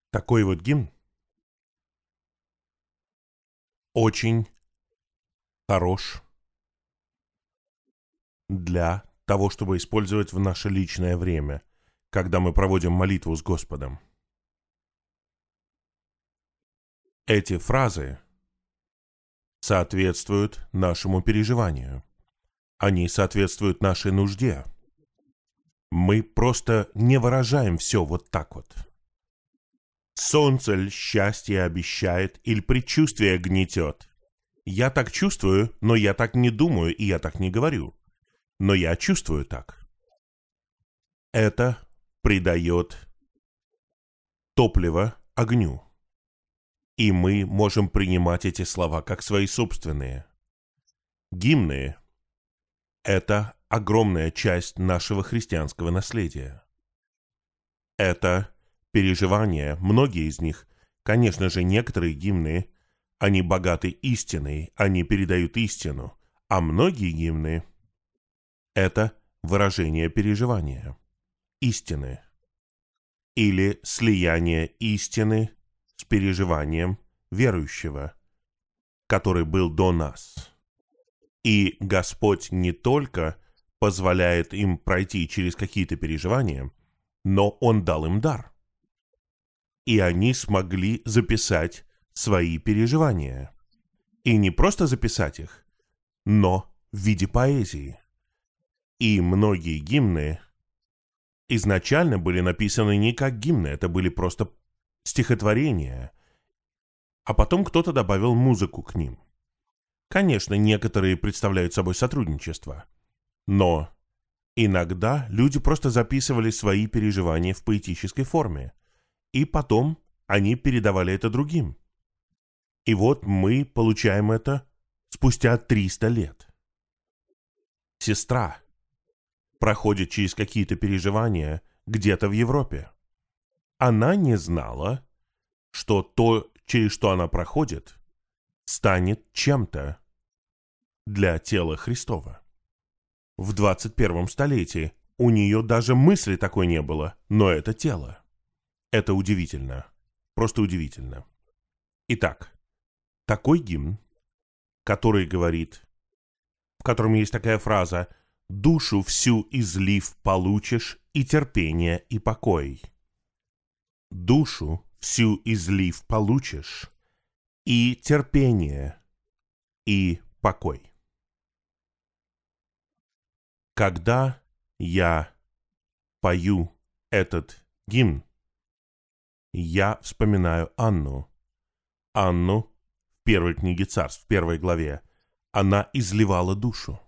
Такой вот гимн очень хорош для того, чтобы использовать в наше личное время, когда мы проводим молитву с Господом. Эти фразы соответствуют нашему переживанию. Они соответствуют нашей нужде. Мы просто не выражаем все вот так вот. Солнце счастье обещает или предчувствие гнетет. Я так чувствую, но я так не думаю и я так не говорю. Но я чувствую так. Это придает топливо огню. И мы можем принимать эти слова как свои собственные. Гимны – это огромная часть нашего христианского наследия. Это переживания, многие из них, конечно же, некоторые гимны, они богаты истиной, они передают истину, а многие гимны – это выражение переживания, истины или слияние истины с переживанием верующего, который был до нас. И Господь не только позволяет им пройти через какие-то переживания, но Он дал им дар. И они смогли записать свои переживания. И не просто записать их, но в виде поэзии. И многие гимны изначально были написаны не как гимны, это были просто стихотворения, а потом кто-то добавил музыку к ним. Конечно, некоторые представляют собой сотрудничество, но иногда люди просто записывали свои переживания в поэтической форме, и потом они передавали это другим. И вот мы получаем это спустя 300 лет. Сестра проходит через какие-то переживания где-то в Европе. Она не знала, что то, через что она проходит, станет чем-то для тела Христова. В 21 столетии у нее даже мысли такой не было, но это тело. Это удивительно. Просто удивительно. Итак, такой гимн, который говорит, в котором есть такая фраза «Душу всю излив получишь, и терпение, и покой». Душу всю излив получишь, и терпение, и покой. Когда я пою этот гимн, я вспоминаю Анну. Анну в первой книге Царств, в первой главе. Она изливала душу.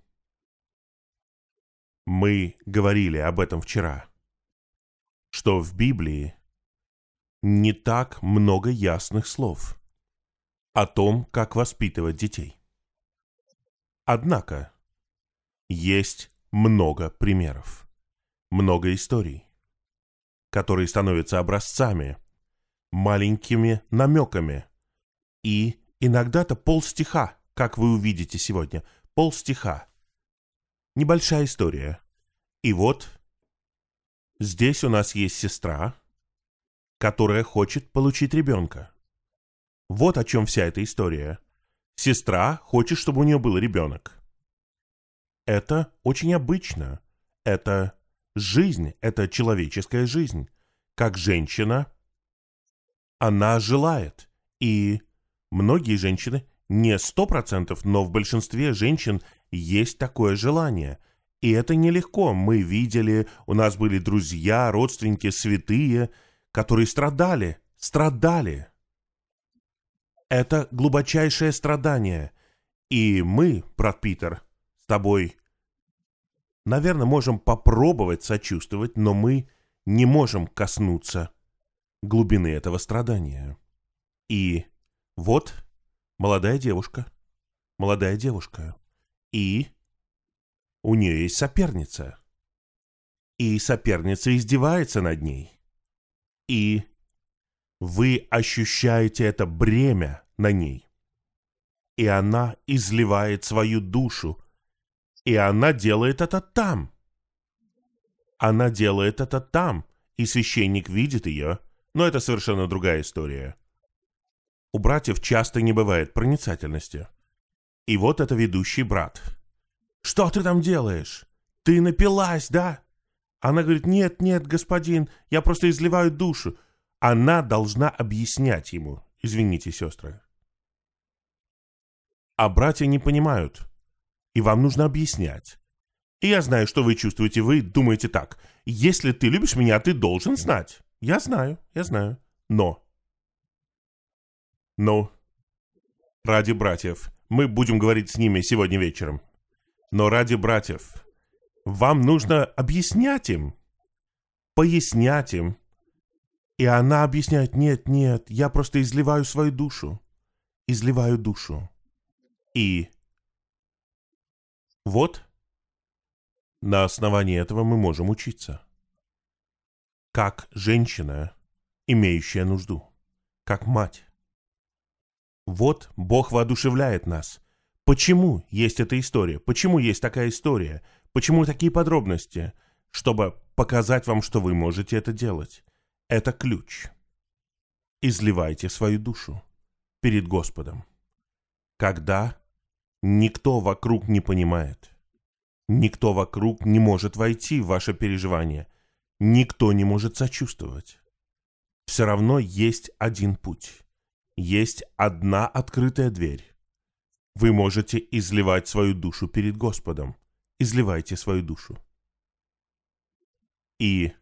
Мы говорили об этом вчера, что в Библии не так много ясных слов о том, как воспитывать детей. Однако есть много примеров, много историй, которые становятся образцами, маленькими намеками и иногда-то полстиха, как вы увидите сегодня, полстиха. Небольшая история. И вот здесь у нас есть сестра, которая хочет получить ребенка. Вот о чем вся эта история. Сестра хочет, чтобы у нее был ребенок. Это очень обычно. Это жизнь, это человеческая жизнь. Как женщина, она желает. И многие женщины, не 100%, но в большинстве женщин есть такое желание. И это нелегко. Мы видели, у нас были друзья, родственники, святые, которые страдали. Это глубочайшее страдание. И мы, брат Питер, с тобой, наверное, можем попробовать сочувствовать, но мы не можем коснуться глубины этого страдания. И вот молодая девушка, и у нее есть соперница. И соперница издевается над ней. И вы ощущаете это бремя на ней. И она изливает свою душу. И она делает это там. И священник видит ее, Но это совершенно другая история. У братьев часто не бывает проницательности. И вот это ведущий брат. «Что ты там делаешь? Ты напилась, да?» Она говорит: «Нет, нет, господин, я просто изливаю душу». Она должна объяснять ему. Извините, сестры. А братья не понимают. И вам нужно объяснять. И я знаю, что вы чувствуете. Вы думаете так: если ты любишь меня, ты должен знать. Я знаю, я знаю. Но, ради братьев, мы будем говорить с ними сегодня вечером. Но ради братьев, вам нужно объяснять им, пояснять им. И она объясняет: нет, нет, я просто изливаю свою душу. Изливаю душу. И вот на основании этого мы можем учиться. Как женщина, имеющая нужду. Как мать. Вот Бог воодушевляет нас. Почему есть эта история? Почему есть такая история? Почему такие подробности? Чтобы показать вам, что вы можете это делать. Это ключ. Изливайте свою душу перед Господом. Когда никто вокруг не понимает, никто вокруг не может войти в ваше переживание, никто не может сочувствовать. Все равно есть один путь. Есть одна открытая дверь. Вы можете изливать свою душу перед Господом. Изливайте свою душу. И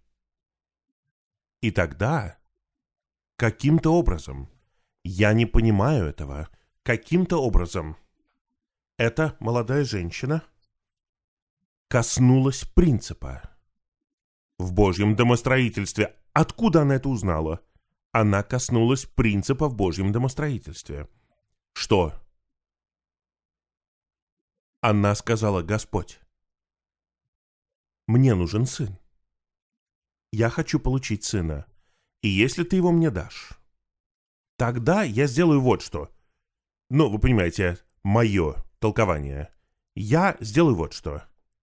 тогда, каким-то образом, я не понимаю этого, каким-то образом, эта молодая женщина коснулась принципа в Божьем домостроительстве. Откуда она это узнала? Она коснулась принципа в Божьем домостроительстве. Что? Она сказала: Господь, мне нужен сын. Я хочу получить сына. И если ты его мне дашь, тогда я сделаю вот что. Ну, вы понимаете, мое толкование. Я сделаю вот что.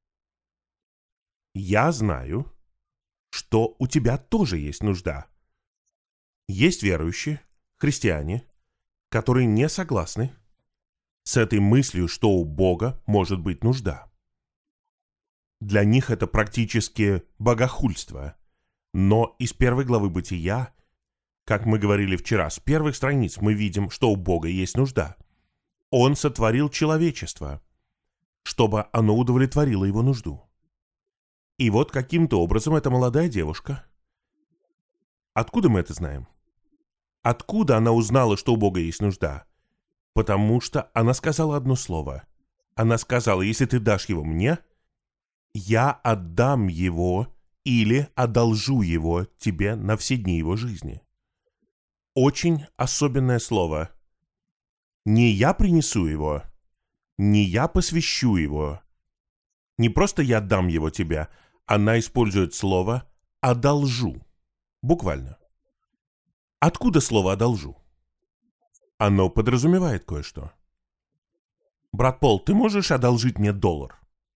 Я знаю, что у тебя тоже есть нужда. Есть верующие, христиане, которые не согласны с этой мыслью, что у Бога может быть нужда. Для них это практически богохульство. Но из первой главы Бытия, как мы говорили вчера, с первых страниц мы видим, что у Бога есть нужда. Он сотворил человечество, чтобы оно удовлетворило его нужду. И вот каким-то образом эта молодая девушка... Откуда мы это знаем? Откуда она узнала, что у Бога есть нужда? Потому что она сказала одно слово. Она сказала: если ты дашь его мне, я отдам его или одолжу его тебе на все дни его жизни. Очень особенное слово. Не я принесу его, не я посвящу его, не просто я дам его тебе. Она использует слово «одолжу». Буквально. Откуда слово «одолжу»? Оно подразумевает кое-что. Брат Пол, ты можешь одолжить мне $1?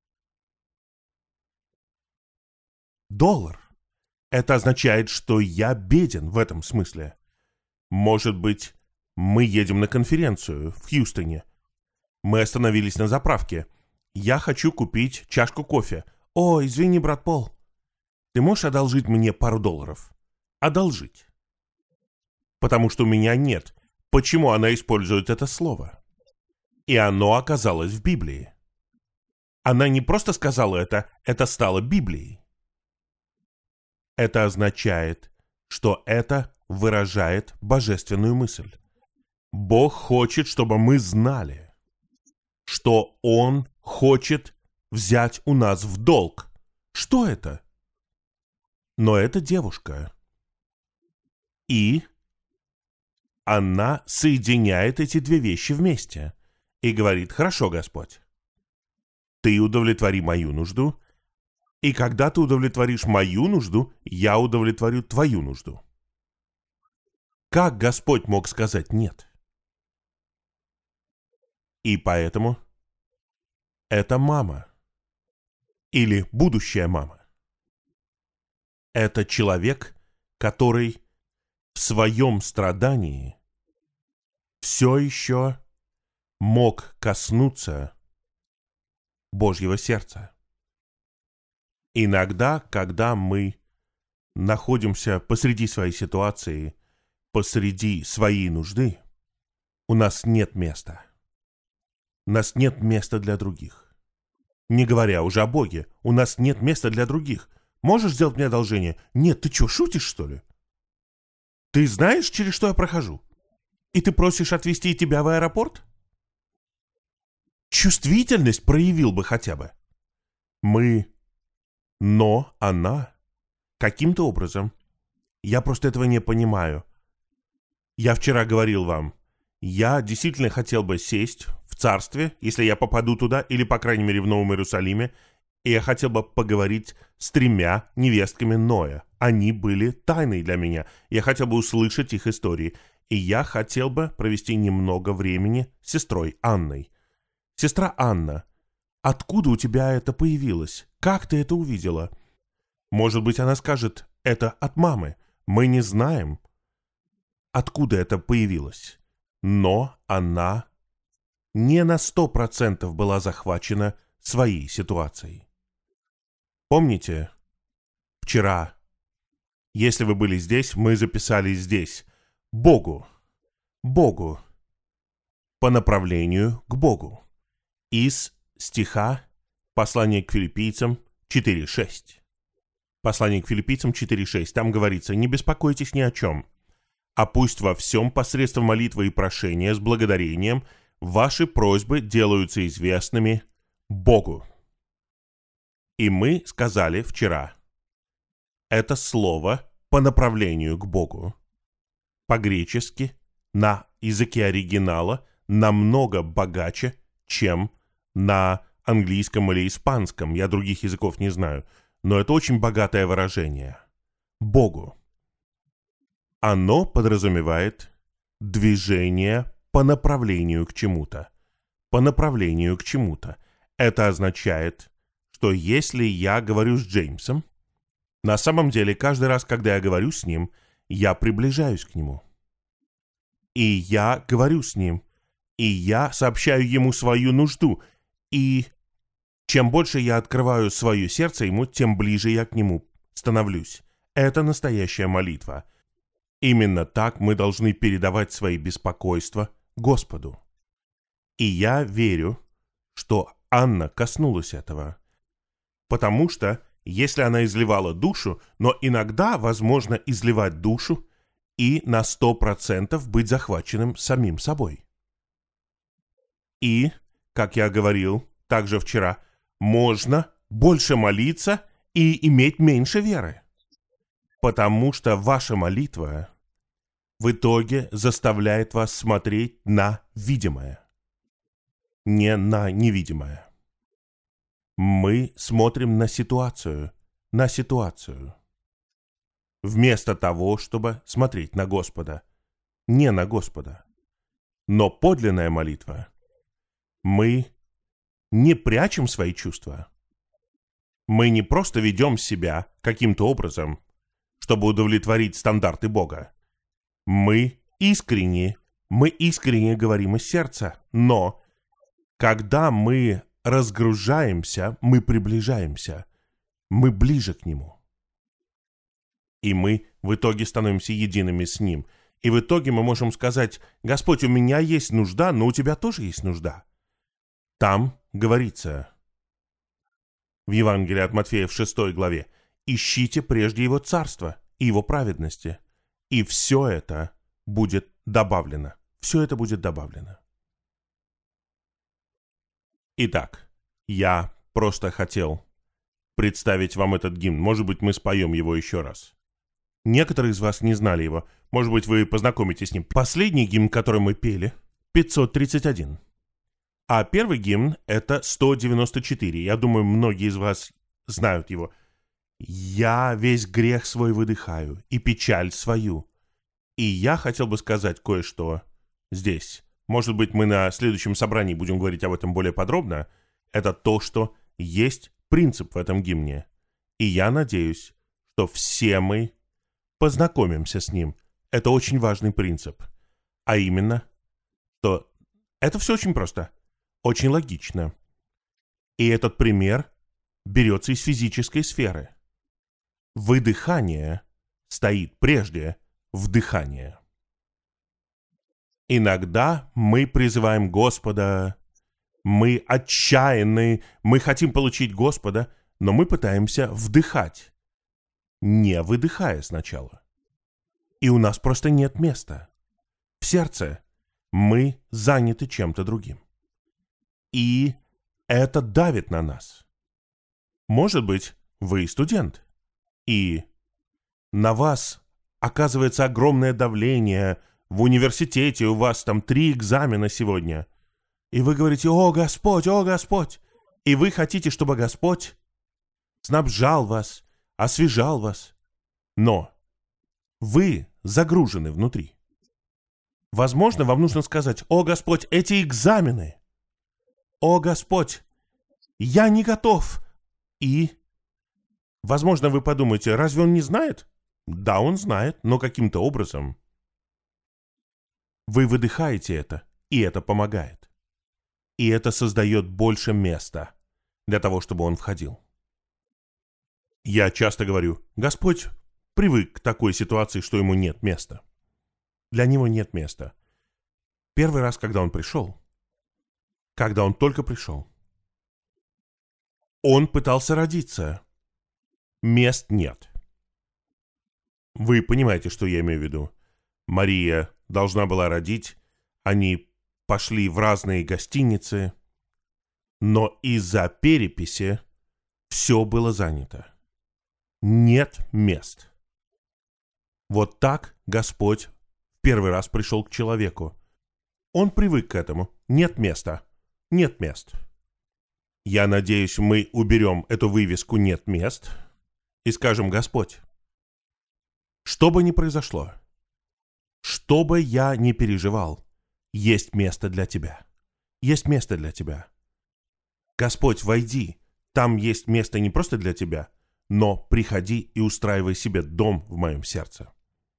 $1. Это означает, что я беден в этом смысле. Может быть, мы едем на конференцию в Хьюстоне. Мы остановились на заправке. Я хочу купить чашку кофе. О, извини, брат Пол. Ты можешь одолжить мне пару $? Одолжить. Потому что у меня нет. Почему она использует это слово? И оно оказалось в Библии. Она не просто сказала это стало Библией. Это означает, что это выражает божественную мысль. Бог хочет, чтобы мы знали, что Он хочет взять у нас в долг. Что это? Но это девушка. И она соединяет эти две вещи вместе и говорит: хорошо, Господь, ты удовлетвори мою нужду, и когда ты удовлетворишь мою нужду, я удовлетворю твою нужду. Как Господь мог сказать нет? И поэтому это мама или будущая мама. Это человек, который своем страдании все еще мог коснуться Божьего сердца. Иногда, когда мы находимся посреди своей ситуации, посреди своей нужды, у нас нет места. У нас нет места для других. Не говоря уже о Боге, у нас нет места для других. Можешь сделать мне одолжение? Нет, ты что, шутишь, что ли? Ты знаешь, через что я прохожу? И ты просишь отвезти тебя в аэропорт? Чувствительность проявил бы хотя бы. Но она каким-то образом, я просто этого не понимаю. Я вчера говорил вам, я действительно хотел бы сесть в царстве, если я попаду туда, или, по крайней мере, в Новом Иерусалиме, и я хотел бы поговорить с 3 невестками Ноя. Они были тайной для меня. Я хотел бы услышать их истории. И я хотел бы провести немного времени с сестрой Анной. Сестра Анна, откуда у тебя это появилось? Как ты это увидела? Может быть, она скажет, это от мамы. Мы не знаем, откуда это появилось. Но она не на 100% была захвачена своей ситуацией. Помните, вчера, если вы были здесь, мы записали здесь Богу, по направлению к Богу. Из стиха Послания к Филиппийцам 4:6. Послание к Филиппийцам 4:6. Там говорится: «Не беспокойтесь ни о чем, а пусть во всем посредством молитвы и прошения с благодарением ваши просьбы делаются известными Богу». И мы сказали вчера, это слово по направлению к Богу по-гречески на языке оригинала намного богаче, чем на английском или испанском. Я других языков не знаю, но это очень богатое выражение. Богу. Оно подразумевает движение по направлению к чему-то. По направлению к чему-то. Это означает, что если я говорю с Джеймсом, на самом деле каждый раз, когда я говорю с ним, я приближаюсь к нему. И я говорю с ним, и я сообщаю ему свою нужду. И чем больше я открываю свое сердце ему, тем ближе я к нему становлюсь. Это настоящая молитва. Именно так мы должны передавать свои беспокойства Господу. И я верю, что Анна коснулась этого. Потому что, если она изливала душу, но иногда возможно изливать душу и на 100% быть захваченным самим собой. И, как я говорил также вчера, можно больше молиться и иметь меньше веры. Потому что ваша молитва в итоге заставляет вас смотреть на видимое, не на невидимое. Мы смотрим на ситуацию, вместо того, чтобы смотреть на Господа, не на Господа. Но подлинная молитва, мы не прячем свои чувства, мы не просто ведем себя каким-то образом, чтобы удовлетворить стандарты Бога. Мы искренне говорим из сердца, но когда мы разгружаемся, мы приближаемся, мы ближе к Нему. И мы в итоге становимся едиными с Ним. И в итоге мы можем сказать: Господь, у меня есть нужда, но у Тебя тоже есть нужда. Там говорится в Евангелии от Матфея в 6 главе: ищите прежде Его царства и Его праведности, и все это будет добавлено. Все это будет добавлено. Итак, я просто хотел представить вам этот гимн. Может быть, мы споем его еще раз. Некоторые из вас не знали его. Может быть, вы познакомитесь с ним. Последний гимн, который мы пели, 531. А первый гимн — это 194. Я думаю, многие из вас знают его. «Я весь грех свой выдыхаю и печаль свою». И я хотел бы сказать кое-что здесь. Может быть, мы на следующем собрании будем говорить об этом более подробно. Это то, что есть принцип в этом гимне. И я надеюсь, что все мы познакомимся с ним это очень важный принцип. А именно, что это все очень просто, очень логично. И этот пример берется из физической сферы. Выдыхание стоит прежде вдыхания. Иногда мы призываем Господа, мы отчаянны, мы хотим получить Господа, но мы пытаемся вдыхать, не выдыхая сначала. И у нас просто нет места. В сердце мы заняты чем-то другим. И это давит на нас. Может быть, вы студент, и на вас оказывается огромное давление в университете, у вас там 3 экзамена сегодня, и вы говорите: «О, Господь, о, Господь!» И вы хотите, чтобы Господь снабжал вас, освежал вас. Но вы загружены внутри. Возможно, вам нужно сказать: «О, Господь, эти экзамены! О, Господь, я не готов!» И, возможно, вы подумаете: разве он не знает? Да, он знает, но каким-то образом. Вы выдыхаете это, и это помогает. И это создает больше места для того, чтобы он входил. Я часто говорю: Господь привык к такой ситуации, что ему нет места. Для него нет места. Первый раз, когда он пришел, когда он только пришел, он пытался родиться. Мест нет. Вы понимаете, что я имею в виду. Мария должна была родить, они пошли в разные гостиницы, но из-за переписи все было занято. Нет мест. Вот так Господь в первый раз пришел к человеку. Он привык к этому. Нет места. Нет мест. Я надеюсь, мы уберем эту вывеску «нет мест» и скажем: Господь, что бы ни произошло, что бы я ни переживал, есть место для Тебя. Есть место для Тебя. Господь, войди. Там есть место не просто для Тебя, но приходи и устраивай себе дом в моем сердце.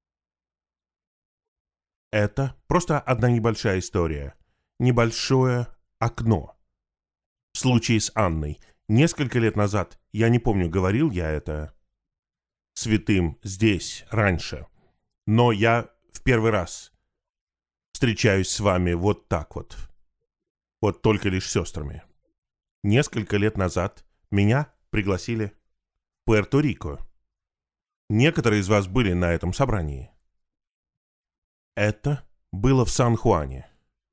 Это просто одна небольшая история. Небольшое окно. В случае с Анной. Несколько лет назад, я не помню, говорил я это святым здесь раньше, но я в первый раз встречаюсь с вами вот так вот. Вот только лишь с сестрами. Несколько лет назад меня пригласили в Пуэрто-Рико. Некоторые из вас были на этом собрании. Это было в Сан-Хуане.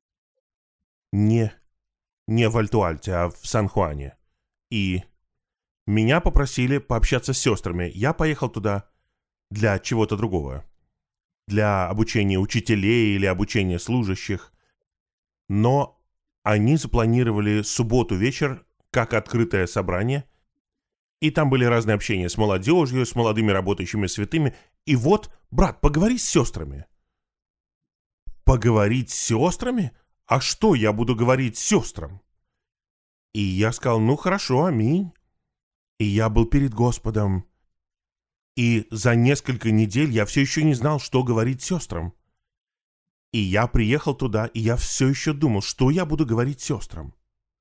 Не в Альтуальте, а в Сан-Хуане. И меня попросили пообщаться с сестрами. Я поехал туда для чего-то другого. Для обучения учителей или обучения служащих. Но они запланировали субботу вечер как открытое собрание. И там были разные общения с молодежью, с молодыми работающими святыми. И вот, брат, поговори с сестрами. Поговорить с сестрами? А что я буду говорить сестрам? И я сказал: ну хорошо, аминь. И я был перед Господом. И за несколько недель я все еще не знал, что говорить сестрам. И я приехал туда, и я все еще думал, что я буду говорить сестрам.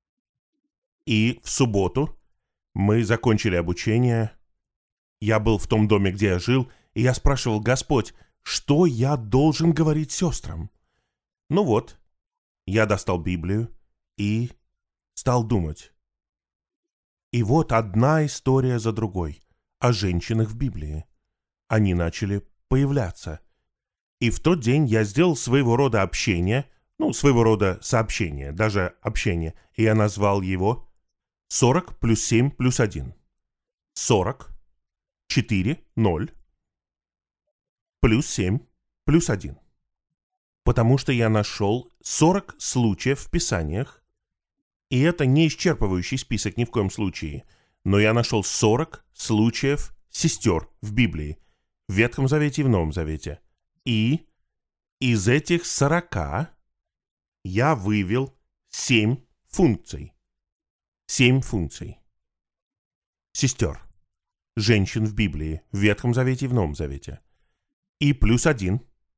И в субботу мы закончили обучение. Я был в том доме, где я жил, и я спрашивал: Господь, что я должен говорить сестрам? Ну вот, я достал Библию и стал думать. И вот одна история за другой о женщинах в Библии. Они начали появляться. И в тот день я сделал своего рода общение, своего рода сообщение, даже общение, и я назвал его 40 плюс 7 плюс 1. 40, 4, 0, плюс 7 плюс 1. Потому что я нашел 40 случаев в Писаниях, и это не исчерпывающий список ни в коем случае, но я нашел 40 случаев сестер в Библии, в Ветхом Завете и в Новом Завете. И из этих 40 я вывел 7 функций. 7 функций. Сестер, женщин в Библии, в Ветхом Завете и в Новом Завете. И плюс 1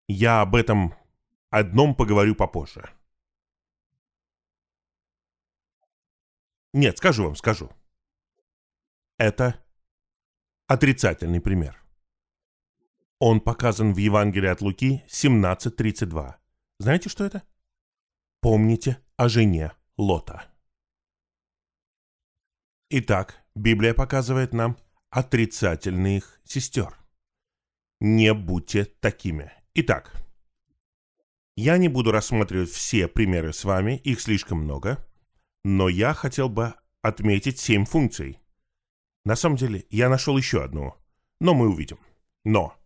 Я об этом одном поговорю попозже. Нет, скажу. Это отрицательный пример. Он показан в Евангелии от Луки 17:32. Знаете, что это? Помните о жене Лота. Итак, Библия показывает нам отрицательных сестер. Не будьте такими. Итак, я не буду рассматривать все примеры с вами, их слишком много, но я хотел бы отметить 7 функций. На самом деле, я нашел еще одну, но мы увидим. Но.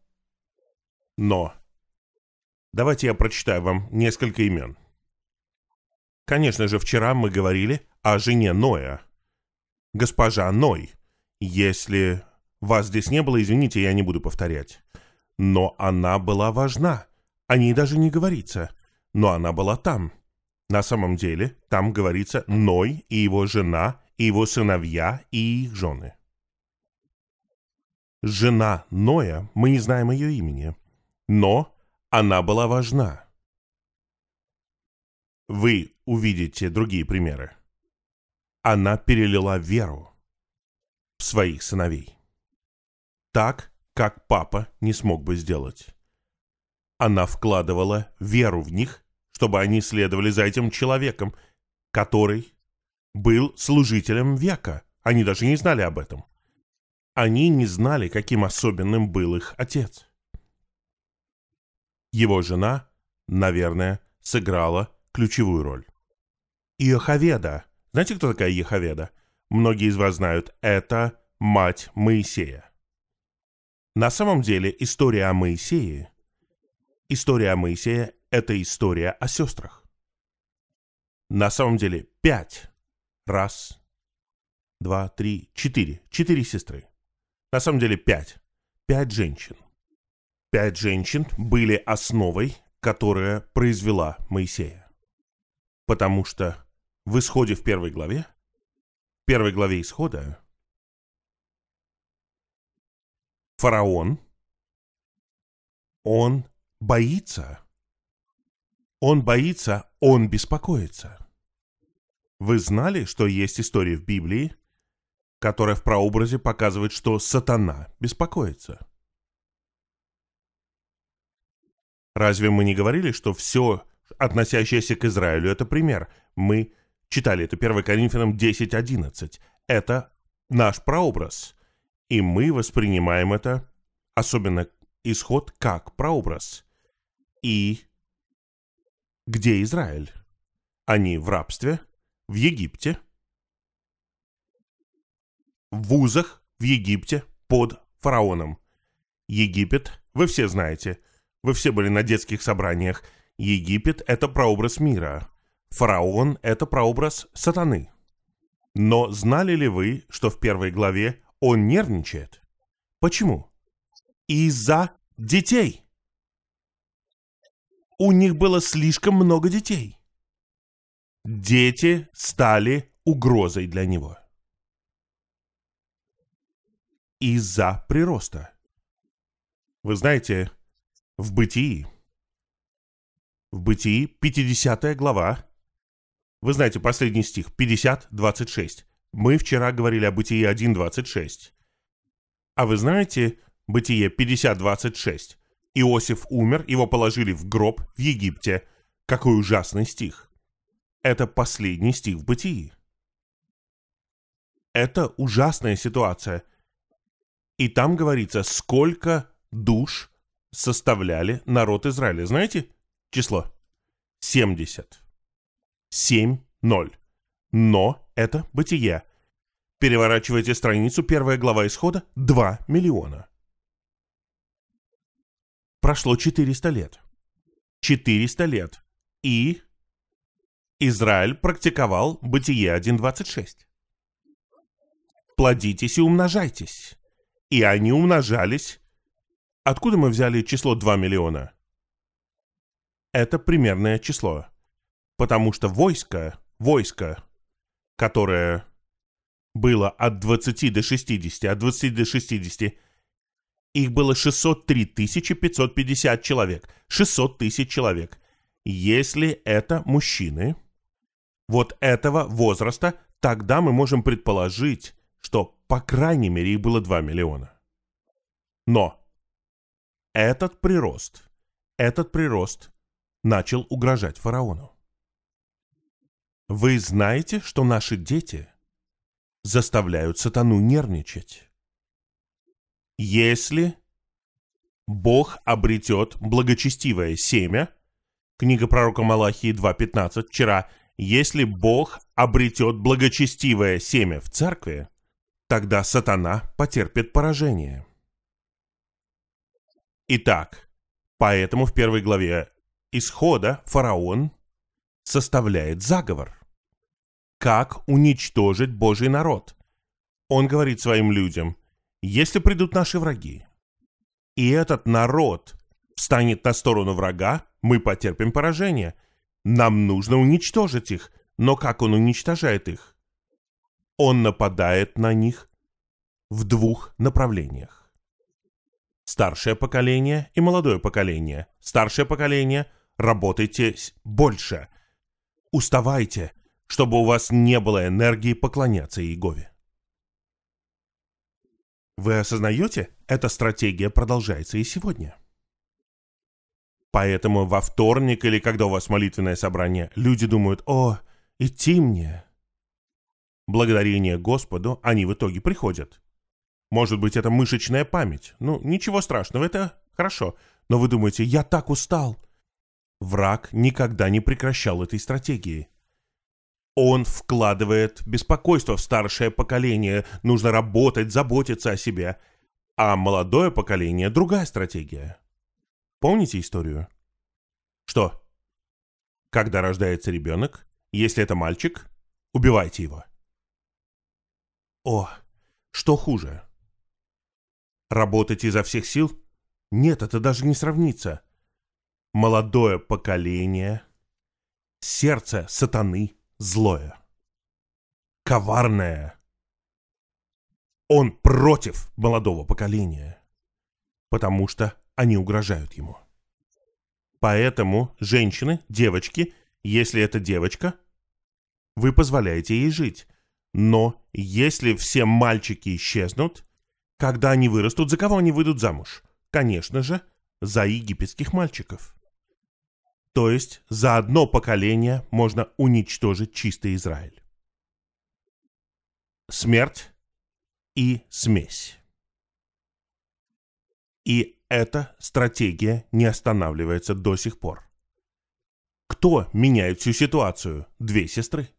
Давайте я прочитаю вам несколько имен. Конечно же, вчера мы говорили о жене Ноя. Госпожа Ной. Если вас здесь не было, извините, я не буду повторять. Но она была важна. О ней даже не говорится. Но она была там. На самом деле, там говорится Ной и его жена, и его сыновья, и их жены. Жена Ноя, мы не знаем ее имени, но она была важна. Вы увидите другие примеры. Она перелила веру в своих сыновей. Так, как папа не смог бы сделать. Она вкладывала веру в них, чтобы они следовали за этим человеком, который был служителем века. Они даже не знали об этом. Они не знали, каким особенным был их отец. Его жена, наверное, сыграла ключевую роль. Иохаведа. Знаете, кто такая Иохаведа? Многие из вас знают, это мать Моисея. На самом деле история о Моисее – это история о сестрах. На самом деле 5. Раз, два, три, 4. 4 сестры. На самом деле 5. 5 женщин. 5 женщин были основой, которая произвела Моисея. Потому что в Исходе в первой главе Исхода, фараон, он боится, он беспокоится. Вы знали, что есть история в Библии, которая в прообразе показывает, что сатана беспокоится? Разве мы не говорили, что все, относящееся к Израилю, это пример? Мы читали это 1 Коринфянам 10:11. Это наш прообраз. И мы воспринимаем это, особенно Исход, как прообраз. И где Израиль? Они в рабстве, в Египте, в узах в Египте под фараоном. Египет, вы все знаете, вы все были на детских собраниях. Египет – это прообраз мира. Фараон – это прообраз сатаны. Но знали ли вы, что в первой главе он нервничает? Почему? Из-за детей. У них было слишком много детей. Дети стали угрозой для него. Из-за прироста. Вы знаете, в Бытии 50 глава, вы знаете последний стих, 50:26. Мы вчера говорили о Бытии 1:26. А вы знаете Бытие 50:26? Иосиф умер, его положили в гроб в Египте. Какой ужасный стих. Это последний стих в Бытии. Это ужасная ситуация. И там говорится, сколько душ составляли народ Израиля. Знаете число? 70. 7-0. Но это Бытие. Переворачивайте страницу, 1 глава Исхода, 2 миллиона. Прошло 400 лет. 400 лет. И Израиль практиковал Бытие 1:26. Плодитесь и умножайтесь. И они умножались. Откуда мы взяли число 2 миллиона? Это примерное число. Потому что войско, которое было от 20 до 60, от 20 до 60, Их было 603 550 человек. 600 тысяч человек. Если это мужчины вот этого возраста, тогда мы можем предположить, что, по крайней мере, их было 2 миллиона. Но этот прирост начал угрожать фараону. Вы знаете, что наши дети заставляют сатану нервничать? Если Бог обретет благочестивое семя, книга пророка Малахии 2:15 вчера, если Бог обретет благочестивое семя в церкви, тогда сатана потерпит поражение. Итак, поэтому в 1 главе Исхода фараон составляет заговор. Как уничтожить Божий народ? Он говорит своим людям: если придут наши враги, и этот народ встанет на сторону врага, мы потерпим поражение. Нам нужно уничтожить их. Но как он уничтожает их? Он нападает на них в 2 направлениях. Старшее поколение и молодое поколение. Старшее поколение – работайте больше. Уставайте, чтобы у вас не было энергии поклоняться Иегове. Вы осознаете, эта стратегия продолжается и сегодня. Поэтому во вторник или когда у вас молитвенное собрание, люди думают: «О, идти мне». Благодарение Господу они в итоге приходят. Может быть, это мышечная память. Ну, ничего страшного, это хорошо. Но вы думаете: «Я так устал». Враг никогда не прекращал этой стратегии. Он вкладывает беспокойство в старшее поколение. Нужно работать, заботиться о себе. А молодое поколение – другая стратегия. Помните историю? Что? Когда рождается ребенок, если это мальчик, убивайте его. О, что хуже? Работать изо всех сил? Нет, это даже не сравнится. Молодое поколение, сердце сатаны злое, коварное. Он против молодого поколения, потому что они угрожают ему. Поэтому женщины, девочки, если это девочка, вы позволяете ей жить. Но если все мальчики исчезнут, когда они вырастут, за кого они выйдут замуж? Конечно же, за египетских мальчиков. То есть за одно поколение можно уничтожить чистый Израиль. Смерть и смесь. И эта стратегия не останавливается до сих пор. Кто меняет всю ситуацию? 2 сестры.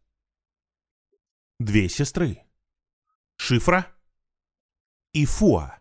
2 сестры. Шифра и Фуа.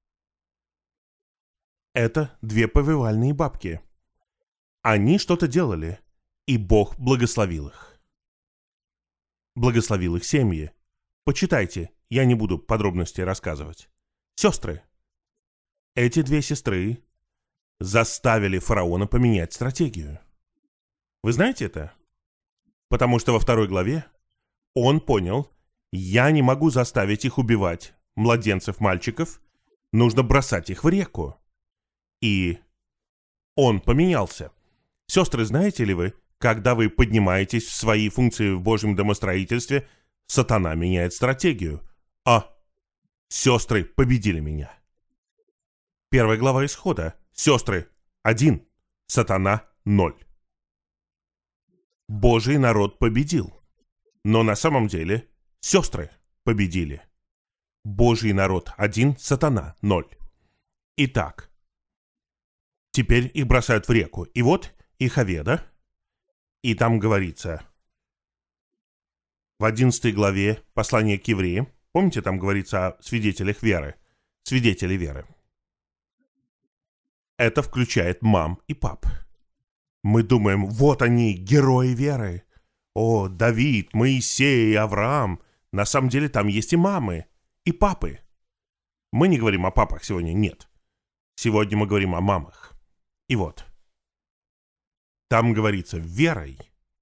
Это 2 повивальные бабки. Они что-то делали, и Бог благословил их. Благословил их семьи. Почитайте, я не буду подробностей рассказывать. Сестры. Эти 2 сестры заставили фараона поменять стратегию. Вы знаете это? Потому что во 2 главе он понял: я не могу заставить их убивать младенцев-мальчиков, нужно бросать их в реку. И он поменялся. Сестры, знаете ли вы, когда вы поднимаетесь в свои функции в Божьем домостроительстве, сатана меняет стратегию. Сестры победили меня. 1 глава Исхода. Сестры 1, сатана 0. Божий народ победил. Но на самом деле сестры победили. Божий народ 1, сатана 0. Итак, теперь их бросают в реку. И вот Ихаведа, и там говорится в 11 главе послания к евреям, помните, там говорится о свидетелях веры, свидетели веры. Это включает мам и пап. Мы думаем: вот они, герои веры. О, Давид, Моисей, Авраам. На самом деле там есть и мамы, и папы. Мы не говорим о папах сегодня, нет. Сегодня мы говорим о мамах. И вот. Там говорится: верой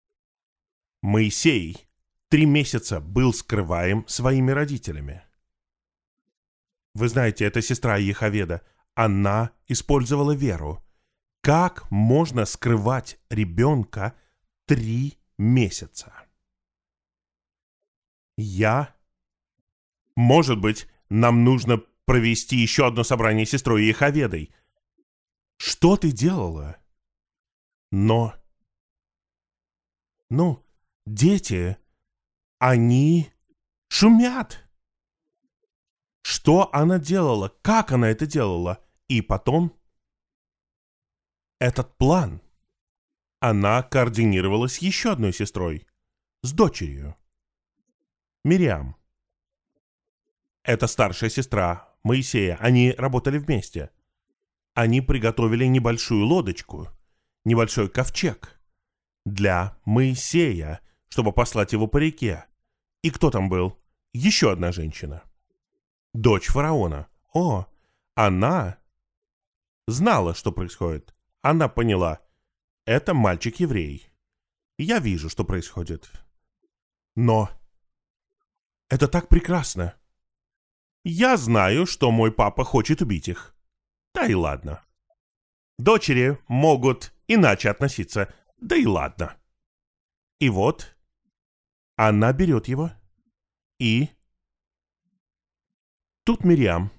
Моисей 3 месяца был скрываем своими родителями. Вы знаете, это сестра Ихаведа. Она использовала веру. Как можно скрывать ребенка 3 месяца? Может быть, нам нужно провести еще одно собрание с сестрой Иеховедой. Что ты делала? Но, дети, они шумят. Что она делала? Как она это делала? И потом этот план. Она координировала с еще одной сестрой, с дочерью. Мириам. Это старшая сестра Моисея. Они работали вместе. Они приготовили небольшую лодочку, небольшой ковчег для Моисея, чтобы послать его по реке. И кто там был? Еще одна женщина. Дочь фараона. Она знала, что происходит. Она поняла. Это мальчик-еврей. Я вижу, что происходит. Но это так прекрасно. Я знаю, что мой папа хочет убить их. Да и ладно. Дочери могут иначе относиться. Да и ладно. И вот она берет его. И тут Мириам.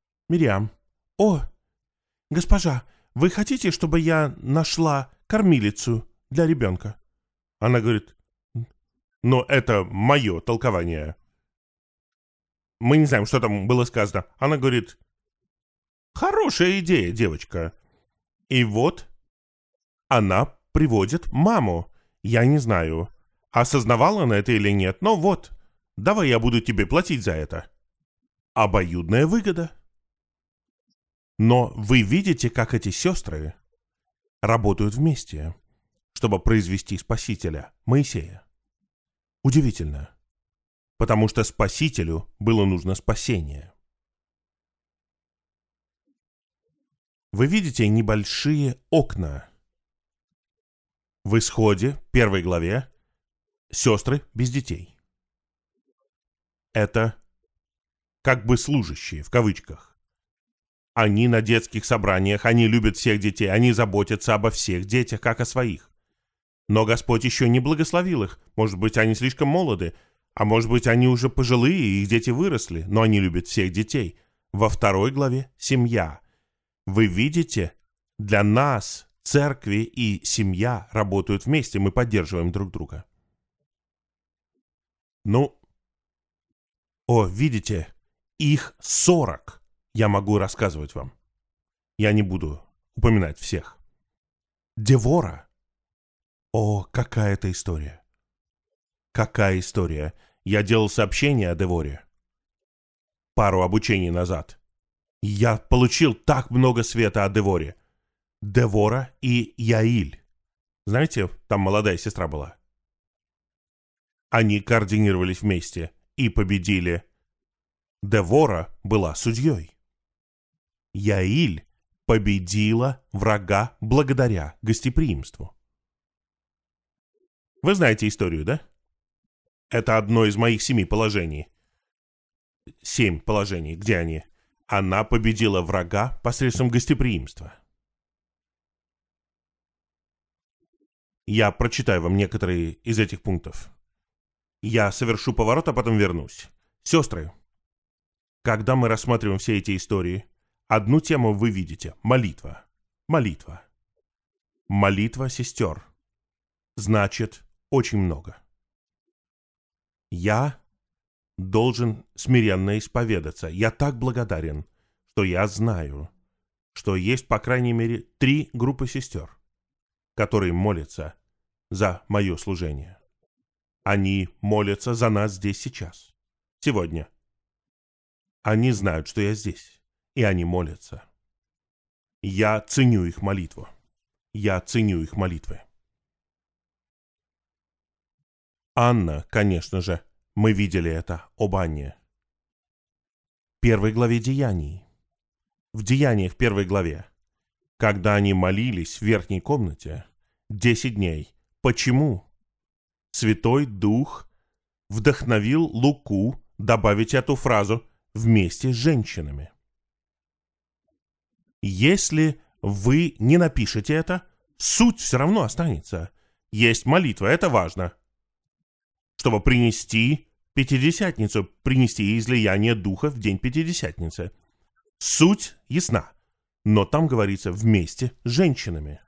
Госпожа, вы хотите, чтобы я нашла кормилицу для ребенка? Она говорит, это мое толкование. Мы не знаем, что там было сказано. Она говорит, хорошая идея, девочка. И вот она приводит маму. Я не знаю, осознавала она это или нет, но вот, давай я буду тебе платить за это. Обоюдная выгода. Но вы видите, как эти сестры работают вместе, чтобы произвести Спасителя, Моисея. Удивительно, потому что Спасителю было нужно спасение. Вы видите небольшие окна. В Исходе, 1 главе, сестры без детей. Это как бы служащие, в кавычках. Они на детских собраниях, они любят всех детей, они заботятся обо всех детях, как о своих. Но Господь еще не благословил их. Может быть, они слишком молоды, а может быть, они уже пожилые, и их дети выросли, но они любят всех детей. Во 2 главе семья. Вы видите, для нас церкви и семья работают вместе, мы поддерживаем друг друга. Видите, их 40. Я могу рассказывать вам. Я не буду упоминать всех. Девора. Какая это история. Какая история. Я делал сообщение о Деворе. Пару обучений назад. Я получил так много света о Деворе. Девора и Яиль. Знаете, там молодая сестра была. Они координировались вместе и победили. Девора была судьей. Яиль победила врага благодаря гостеприимству. Вы знаете историю, да? Это одно из моих 7 положений. 7 положений. Где они? Она победила врага посредством гостеприимства. Я прочитаю вам некоторые из этих пунктов. Я совершу поворот, а потом вернусь. Сестры, когда мы рассматриваем все эти истории, одну тему вы видите – молитва. Молитва. Молитва сестер. Значит, очень много. Я должен смиренно исповедаться. Я так благодарен, что я знаю, что есть, по крайней мере, 3 группы сестер, которые молятся за мое служение. Они молятся за нас здесь сейчас, сегодня. Они знают, что я здесь, и они молятся. Я ценю их молитву. Я ценю их молитвы. Анна, конечно же, мы видели это об Анне. В 1 главе Деяний. В Деяниях 1 главе. Когда они молились в верхней комнате 10 дней. Почему? Святой Дух вдохновил Луку добавить эту фразу вместе с женщинами. Если вы не напишете это, суть все равно останется. Есть молитва, это важно. Чтобы принести Пятидесятницу, принести излияние Духа в день Пятидесятницы. Суть ясна, но там говорится вместе с женщинами.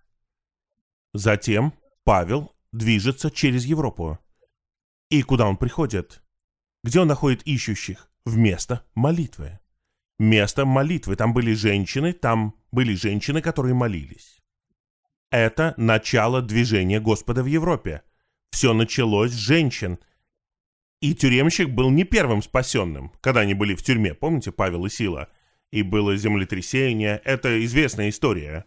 Затем Павел движется через Европу. И куда он приходит? Где он находит ищущих? Вместо молитвы. Место молитвы. Там были женщины, которые молились. Это начало движения Господа в Европе. Все началось с женщин. И тюремщик был не первым спасенным, когда они были в тюрьме. Помните, Павел и Сила? И было землетрясение. Это известная история.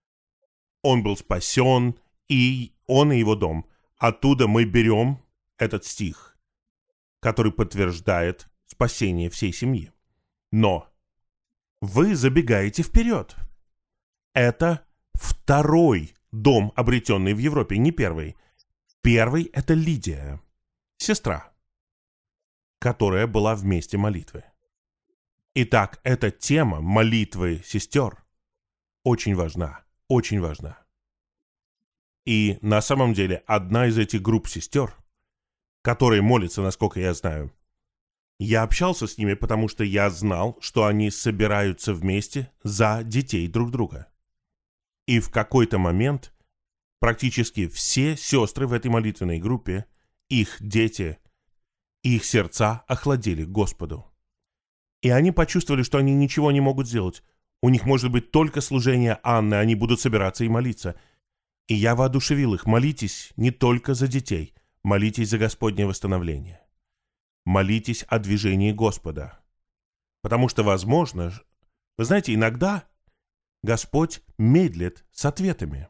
Он был спасен, и он и его дом. Оттуда мы берем этот стих, который подтверждает спасение всей семьи. Но вы забегаете вперед. Это второй дом, обретенный в Европе, не первый. Первый — это Лидия, сестра, которая была вместе молитвы. Итак, эта тема молитвы сестер очень важна, очень важна. И на самом деле одна из этих групп сестер, которые молятся, насколько я знаю, я общался с ними, потому что я знал, что они собираются вместе за детей друг друга. И в какой-то момент практически все сестры в этой молитвенной группе, их дети, их сердца охладели к Господу. И они почувствовали, что они ничего не могут сделать. У них может быть только служение Анны, они будут собираться и молиться. И я воодушевил их: молитесь не только за детей, молитесь за Господнее восстановление. Молитесь о движении Господа. Потому что, возможно, вы знаете, иногда Господь медлит с ответами.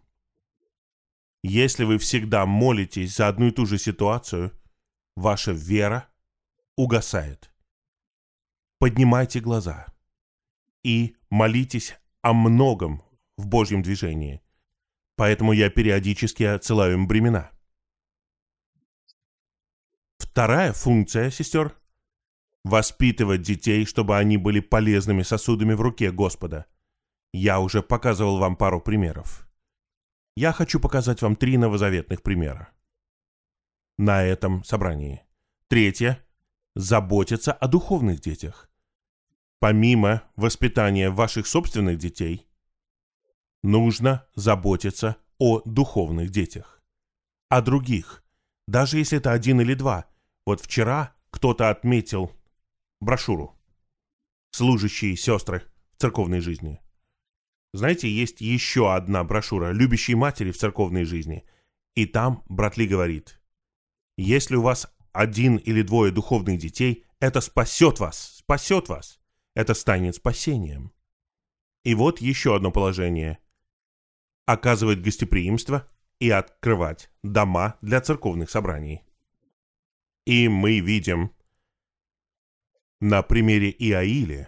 Если вы всегда молитесь за одну и ту же ситуацию, ваша вера угасает. Поднимайте глаза и молитесь о многом в Божьем движении. Поэтому я периодически отсылаю им бремена. Вторая функция, сестер, — воспитывать детей, чтобы они были полезными сосудами в руке Господа. Я уже показывал вам пару примеров. Я хочу показать вам 3 новозаветных примера на этом собрании. Третье — заботиться о духовных детях. Помимо воспитания ваших собственных детей, нужно заботиться о духовных детях. О других, даже если это 1 или 2. Вот вчера кто-то отметил брошюру «Служащие сестры в церковной жизни». Знаете, есть еще одна брошюра «Любящие матери в церковной жизни». И там брат Ли говорит: если у вас 1 или 2 духовных детей, это спасет вас. Это станет спасением. И вот еще одно положение: оказывать гостеприимство и открывать дома для церковных собраний. И мы видим на примере Иаили,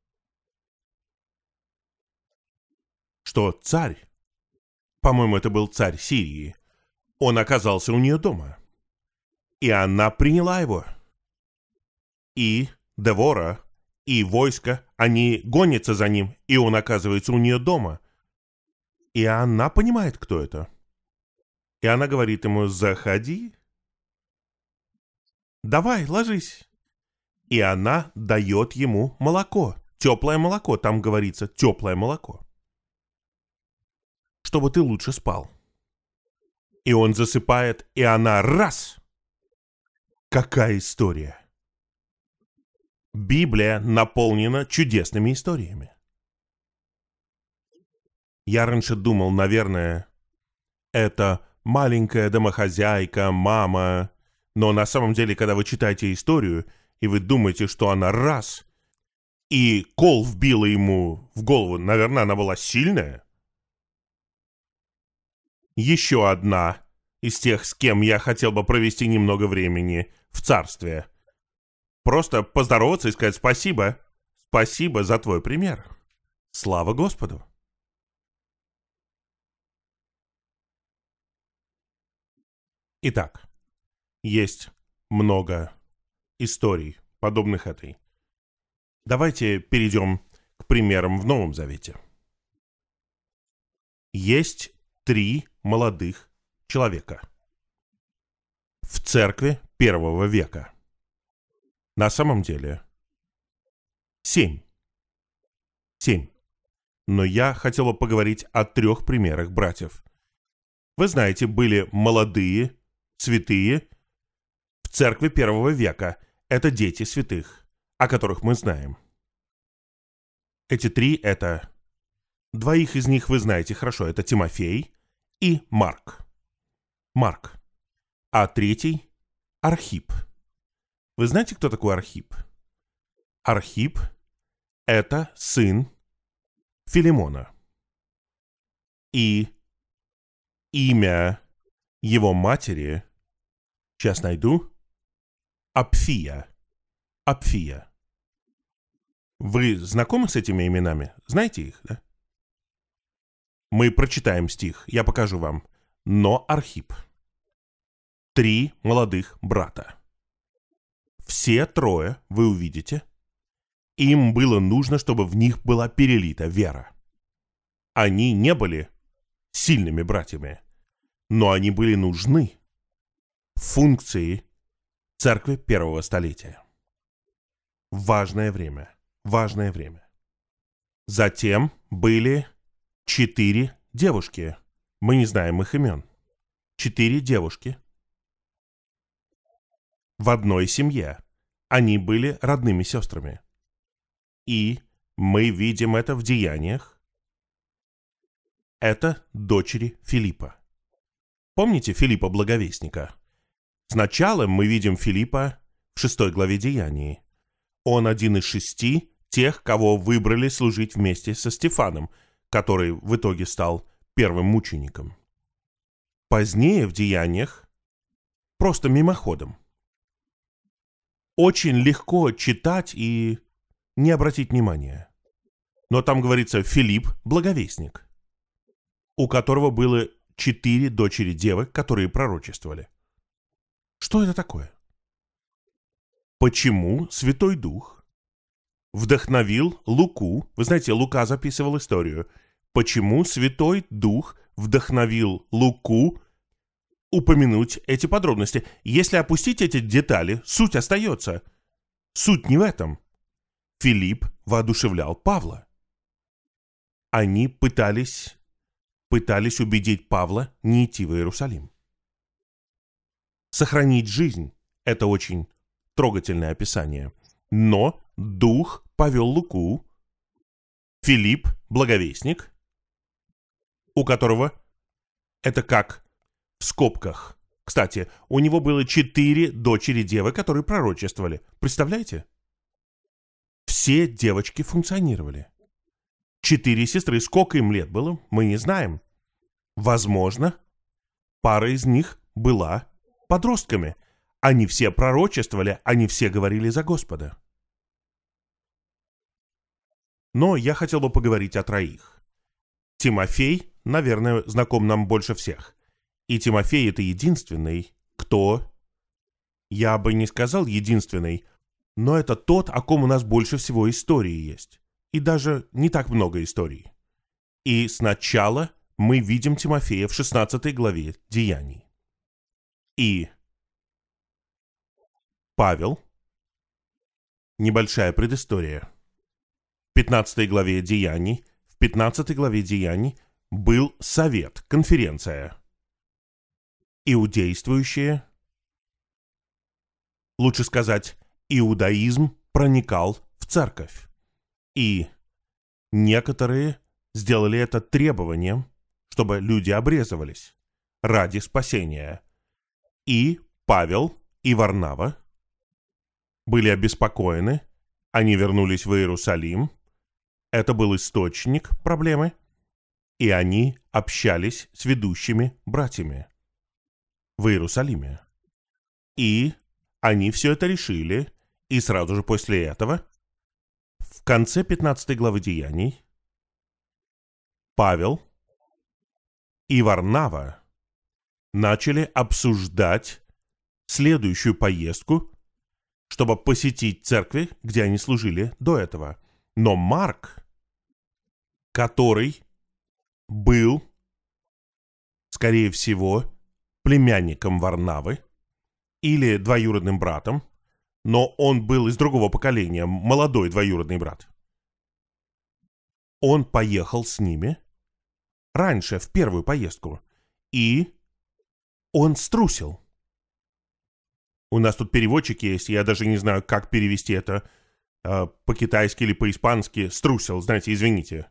что царь, по-моему, это был царь Сирии, он оказался у нее дома. И она приняла его. И Девора, и войско, они гонятся за ним, и он оказывается у нее дома. И она понимает, кто это. И она говорит ему: заходи, давай, ложись. И она дает ему молоко, теплое молоко, там говорится теплое молоко, чтобы ты лучше спал. И он засыпает, и она раз. Какая история! Библия наполнена чудесными историями. Я раньше думал, наверное, это маленькая домохозяйка, мама. Но на самом деле, когда вы читаете историю, и вы думаете, что она раз, и кол вбила ему в голову, наверное, она была сильная. Еще одна из тех, с кем я хотел бы провести немного времени в царстве. Просто поздороваться и сказать спасибо. Спасибо за твой пример. Слава Господу. Итак, есть много историй, подобных этой. Давайте перейдем к примерам в Новом Завете. Есть 3 молодых человека в церкви первого века. На самом деле 7. 7. Но я хотел бы поговорить о 3 примерах братьев. Вы знаете, были молодые, святые в церкви первого века. Это дети святых, о которых мы знаем. Эти 3 — это... 2 из них вы знаете хорошо. Это Тимофей и Марк. Марк. А 3 — Архип. Вы знаете, кто такой Архип? Архип — это сын Филимона. И имя его матери, сейчас найду, Апфия. Апфия. Вы знакомы с этими именами? Знаете их, да? Мы прочитаем стих, я покажу вам. Но Архип. 3 молодых брата. Все 3 вы увидите. Им было нужно, чтобы в них была перелита вера. Они не были сильными братьями, но они были нужны функции церкви первого столетия. Важное время. Важное время. Затем были 4 девушки. Мы не знаем их имен. 4 девушки в одной семье. Они были родными сестрами. И мы видим это в Деяниях. Это дочери Филиппа. Помните Филиппа Благовестника? Сначала мы видим Филиппа в 6 главе Деяний. Он один из 6 тех, кого выбрали служить вместе со Стефаном, который в итоге стал первым мучеником. Позднее в Деяниях, просто мимоходом, очень легко читать и не обратить внимания. Но там говорится Филипп Благовестник, у которого было 4 дочери девок, которые пророчествовали. Что это такое? Почему Святой Дух вдохновил Луку? Вы знаете, Лука записывал историю. Почему Святой Дух вдохновил Луку упомянуть эти подробности? Если опустить эти детали, суть остается. Суть не в этом. Филипп воодушевлял Павла. Они пытались убедить Павла не идти в Иерусалим. Сохранить жизнь — это очень трогательное описание. Но Дух повел Луку, Филипп — благовестник, у которого это как в скобках. Кстати, у него было 4 дочери девы, которые пророчествовали. Представляете? Все девочки функционировали. 4 сестры. Сколько им лет было, мы не знаем. Возможно, пара из них была подростками. Они все пророчествовали, они все говорили за Господа. Но я хотел бы поговорить о 3. Тимофей, наверное, знаком нам больше всех. И Тимофей — это единственный, кто... Я бы не сказал единственный, но это тот, о ком у нас больше всего истории есть. И даже не так много историй. И сначала мы видим Тимофея в 16 главе Деяний. И Павел, небольшая предыстория. В 15 главе Деяний, в 15 главе Деяний был совет, конференция. Иудействующие, лучше сказать, иудаизм проникал в церковь. И некоторые сделали это требованием, чтобы люди обрезывались ради спасения. И Павел и Варнава были обеспокоены, они вернулись в Иерусалим, это был источник проблемы, и они общались с ведущими братьями в Иерусалиме. И они все это решили, и сразу же после этого, в конце 15 главы Деяний, Павел и Варнава начали обсуждать следующую поездку, чтобы посетить церкви, где они служили до этого. Но Марк, который был скорее всего, племянником Варнавы или двоюродным братом, но он был из другого поколения, молодой двоюродный брат. Он поехал с ними раньше, в первую поездку, и он струсил. У нас тут переводчик есть, я даже не знаю, как перевести это по-китайски или по-испански. Струсил, знаете, извините.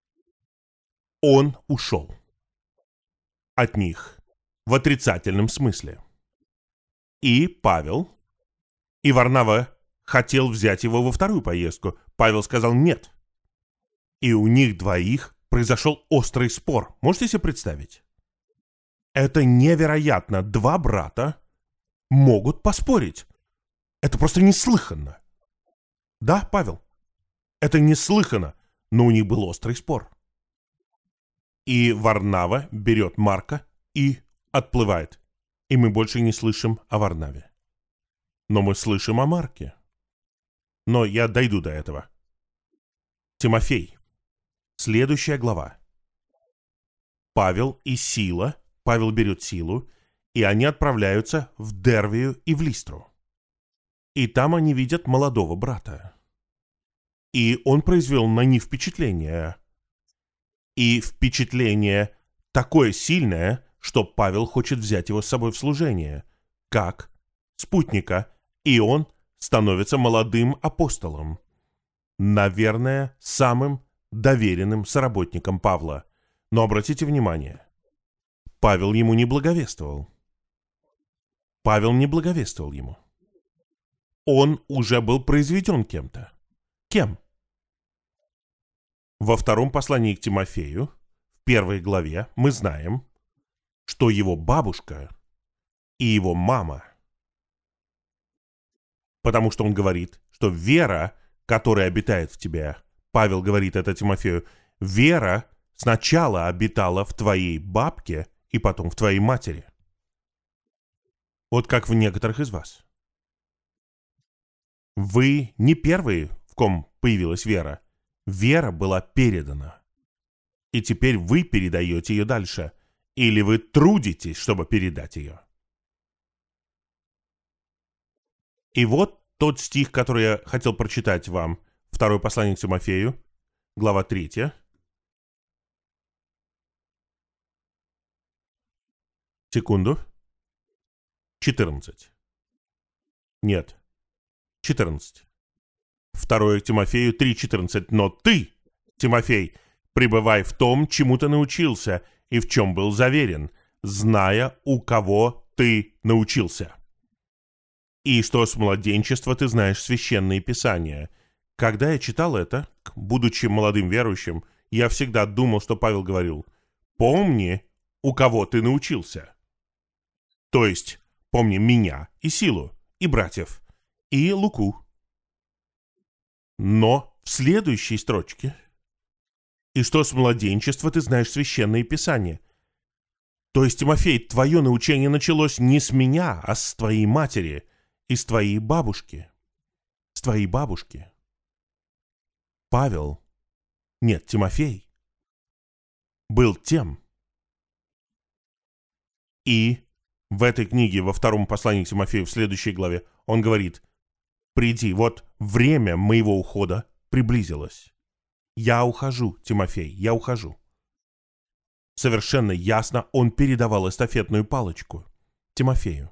Он ушел от них в отрицательном смысле. И Павел, и Варнава хотел взять его во вторую поездку. Павел сказал нет. И у них двоих произошел острый спор. Можете себе представить? Это невероятно. Два брата могут поспорить. Это просто неслыханно. Да, Павел? Это неслыханно, но у них был острый спор. И Варнава берет Марка и отплывает. И мы больше не слышим о Варнаве. Но мы слышим о Марке. Но я дойду до этого. Тимофей. Следующая глава. Павел и Сила. Павел берет Силу, и они отправляются в Дервию и в Листру. И там они видят молодого брата. И он произвел на них впечатление. И впечатление такое сильное, что Павел хочет взять его с собой в служение, как спутника, и он становится молодым апостолом. Наверное, самым доверенным соработником Павла. Но обратите внимание, Павел ему не благовествовал. Павел не благовествовал ему. Он уже был произведен кем-то. Кем? Во втором послании к Тимофею, в первой главе, мы знаем, что его бабушка и его мама, потому что он говорит, что вера, которая обитает в тебе, Павел говорит это Тимофею, вера сначала обитала в твоей бабке и потом в твоей матери. Вот как в некоторых из вас. Вы не первые, в ком появилась вера. Вера была передана. И теперь вы передаете ее дальше. Или вы трудитесь, чтобы передать ее. И вот тот стих, который я хотел прочитать вам. Второе послание к Тимофею, глава 3. Секунду. 14. Нет. 14. Второе Тимофею 3:14. Но ты, Тимофей, пребывай в том, чему ты научился, и в чем был заверен, зная, у кого ты научился. И что с младенчества ты знаешь священные писания. Когда я читал это, будучи молодым верующим, я всегда думал, что Павел говорил: помни, у кого ты научился. То есть, помни меня и Силу, и братьев, и Луку. Но в следующей строчке: и что с младенчества ты знаешь священные писания. То есть, Тимофей, твое научение началось не с меня, а с твоей матери и с твоей бабушки. С твоей бабушки. Павел, нет, Тимофей, был тем. И в этой книге, во втором послании к Тимофею, в следующей главе, он говорит: приди, вот время моего ухода приблизилось. Я ухожу, Тимофей, я ухожу. Совершенно ясно он передавал эстафетную палочку Тимофею.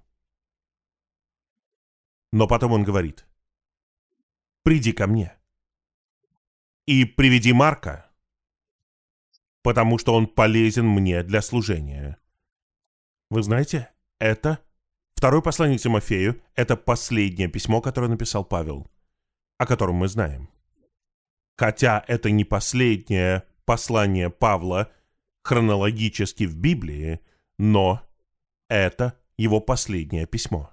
Но потом он говорит: приди ко мне и приведи Марка, потому что он полезен мне для служения. Вы знаете, это второе послание к Тимофею, это последнее письмо, которое написал Павел, о котором мы знаем. Хотя это не последнее послание Павла хронологически в Библии, но это его последнее письмо.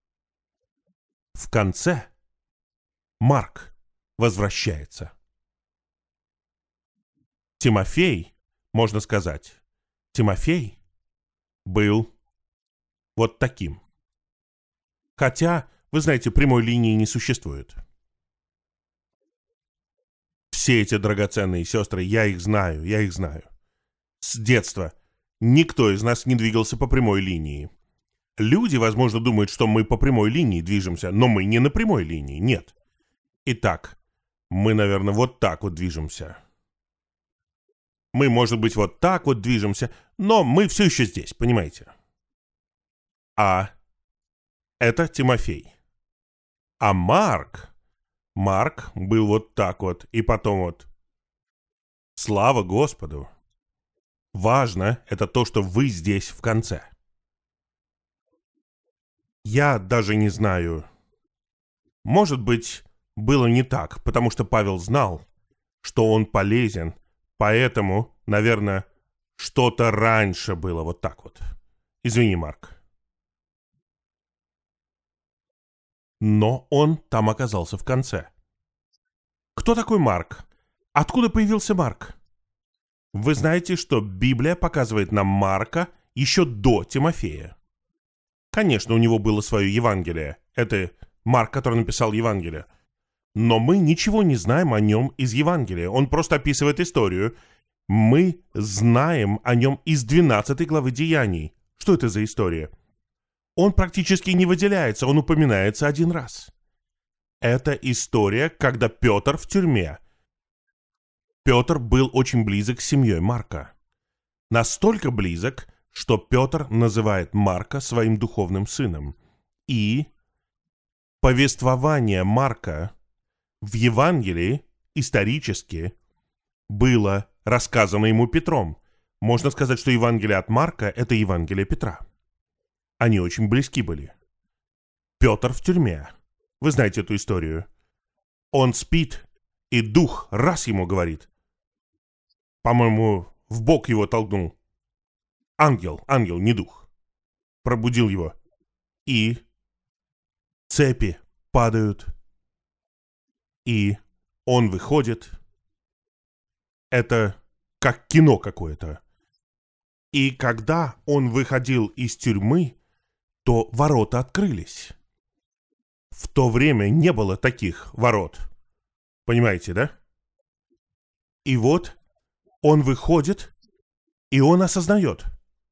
В конце Марк возвращается. Тимофей, можно сказать, Тимофей был вот таким. Хотя, вы знаете, прямой линии не существует. Все эти драгоценные сестры, я их знаю. С детства. Никто из нас не двигался по прямой линии. Люди, возможно, думают, что мы по прямой линии движемся, но мы не на прямой линии, нет. Итак, мы, наверное, вот так вот движемся. Мы, может быть, вот так вот движемся, но мы все еще здесь, понимаете? А это Тимофей. А Марк был вот так вот, и потом вот. Слава Господу! Важно это то, что вы здесь в конце. Я даже не знаю. Может быть, было не так, потому что Павел знал, что он полезен, поэтому, наверное, что-то раньше было вот так вот. Извини, Марк. Но он там оказался в конце. Кто такой Марк? Откуда появился Марк? Вы знаете, что Библия показывает нам Марка еще до Тимофея. Конечно, у него было свое Евангелие. Это Марк, который написал Евангелие. Но мы ничего не знаем о нем из Евангелия. Он просто описывает историю. Мы знаем о нем из 12 главы Деяний. Что это за история? Он практически не выделяется, он упоминается один раз. Это история, когда Петр в тюрьме. Петр был очень близок с семьей Марка. Настолько близок, что Петр называет Марка своим духовным сыном. И повествование Марка в Евангелии исторически было рассказано ему Петром. Можно сказать, что Евангелие от Марка – это Евангелие Петра. Они очень близки были. Петр в тюрьме. Вы знаете эту историю. Он спит, и дух раз ему говорит. По-моему, в бок его толкнул. Ангел, не дух. Пробудил его. И цепи падают. И он выходит. Это как кино какое-то. И когда он выходил из тюрьмы, то ворота открылись. В то время не было таких ворот. Понимаете, да? И вот он выходит, и он осознает.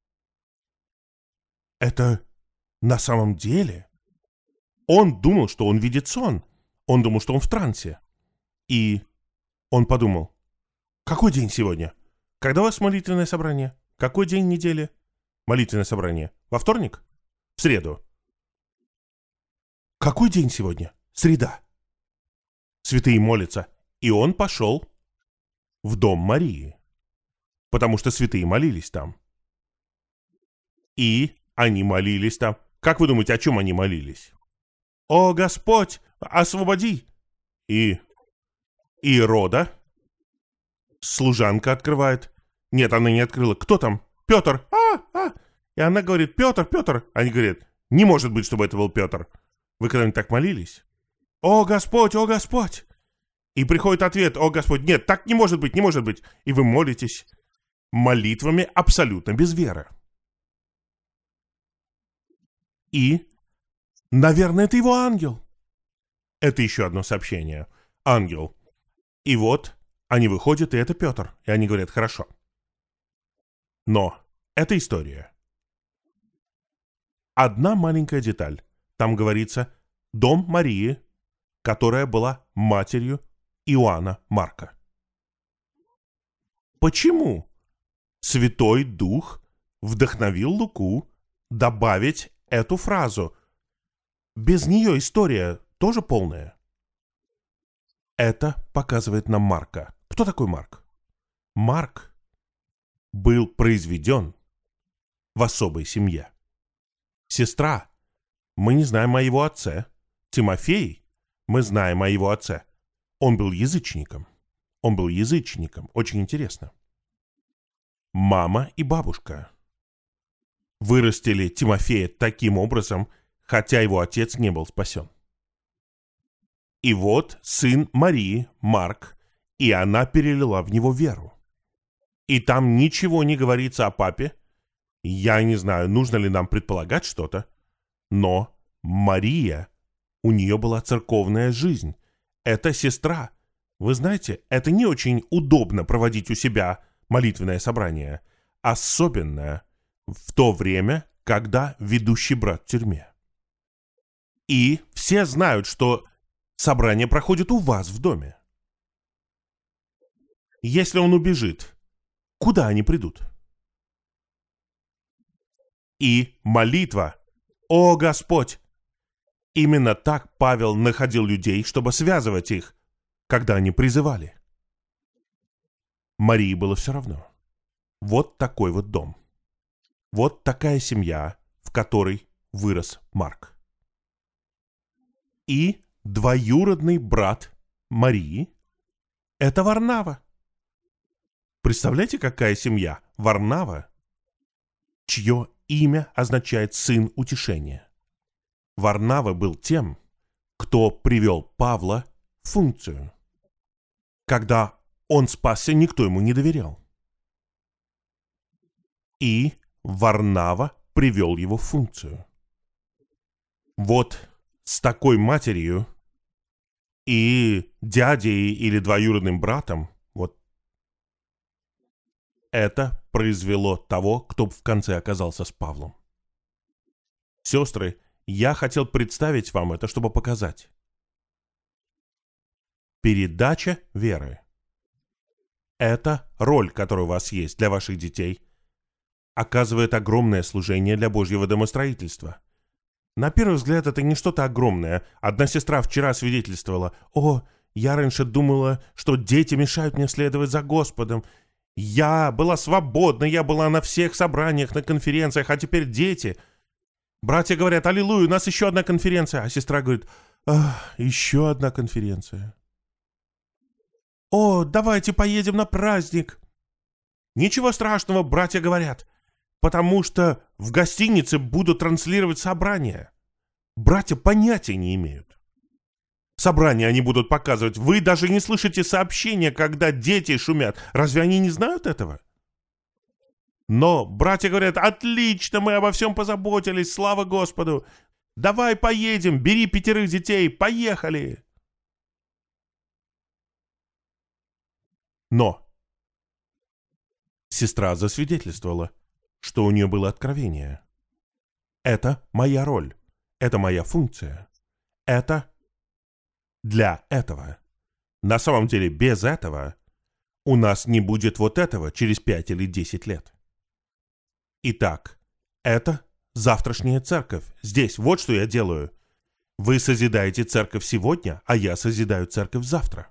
Это на самом деле. Он думал, что он видит сон. Он думал, что он в трансе. И он подумал, какой день сегодня? Когда у вас молитвенное собрание? Какой день недели? Молитвенное собрание. Во вторник? В среду. Какой день сегодня? Среда. Святые молятся. И он пошел в дом Марии. Потому что святые молились там. И они молились там. Как вы думаете, о чем они молились? «О, Господь, освободи!» И Ирода, служанка открывает. Нет, она не открыла. Кто там? Петр. И она говорит, Петр. Они говорят, не может быть, чтобы это был Петр. Вы когда-нибудь так молились? О, Господь! И приходит ответ, о, Господь, нет, так не может быть. И вы молитесь молитвами абсолютно без веры. И, наверное, это его ангел. Это еще одно сообщение. Ангел. И вот они выходят, и это Петр. И они говорят, хорошо. Но это история. Одна маленькая деталь. Там говорится «дом Марии», которая была матерью Иоанна Марка. Почему Святой Дух вдохновил Луку добавить эту фразу? Без нее история тоже полная. Это показывает нам Марка. Кто такой Марк? Марк был произведен в особой семье. Сестра, мы не знаем о его отце. Тимофей, мы знаем о его отце. Он был язычником. Очень интересно. Мама и бабушка вырастили Тимофея таким образом, хотя его отец не был спасен. И вот сын Марии, Марк, и она перелила в него веру. И там ничего не говорится о папе. Я не знаю, нужно ли нам предполагать что-то, но Мария, у нее была церковная жизнь. Это сестра. Вы знаете, это не очень удобно проводить у себя молитвенное собрание. особенно в то время, когда ведущий брат в тюрьме. И все знают, что собрание проходит у вас в доме. Если он убежит, куда они придут? И молитва: «О Господь!» Именно так Павел находил людей, чтобы связывать их, когда они призывали. Марии было все равно. Вот такой вот дом. Вот такая семья, в которой вырос Марк. И двоюродный брат Марии – это Варнава. Представляете, какая семья? Варнава, чье имя означает «сын утешения». Варнава был тем, кто привел Павла в функцию. Когда он спасся, никто ему не доверял. И Варнава привел его в функцию. Вот с такой матерью и дядей или двоюродным братом, вот это произвело того, кто в конце оказался с Павлом. Сестры, я хотел представить вам это, чтобы показать. Передача веры. Это роль, которая у вас есть для ваших детей, оказывает огромное служение для Божьего домостроительства. На первый взгляд, это не что-то огромное. Одна сестра вчера свидетельствовала: «О, я раньше думала, что дети мешают мне следовать за Господом. Я была свободна, я была на всех собраниях, на конференциях, а теперь дети...» Братья говорят: «Аллилуйя, у нас еще одна конференция». А сестра говорит: еще одна конференция. «О, давайте поедем на праздник». Ничего страшного, братья говорят, потому что в гостинице будут транслировать собрания. Братья понятия не имеют. Собрания они будут показывать. Вы даже не слышите сообщения, когда дети шумят. Разве они не знают этого? Но братья говорят: «Отлично, мы обо всем позаботились, слава Господу. Давай поедем, бери 5 детей, поехали». Но сестра засвидетельствовала, что у нее было откровение. Это моя роль, это моя функция, это для этого. На самом деле, без этого у нас не будет вот этого через 5 или 10 лет. Итак, это завтрашняя церковь. Здесь вот что я делаю. Вы созидаете церковь сегодня, а я созидаю церковь завтра.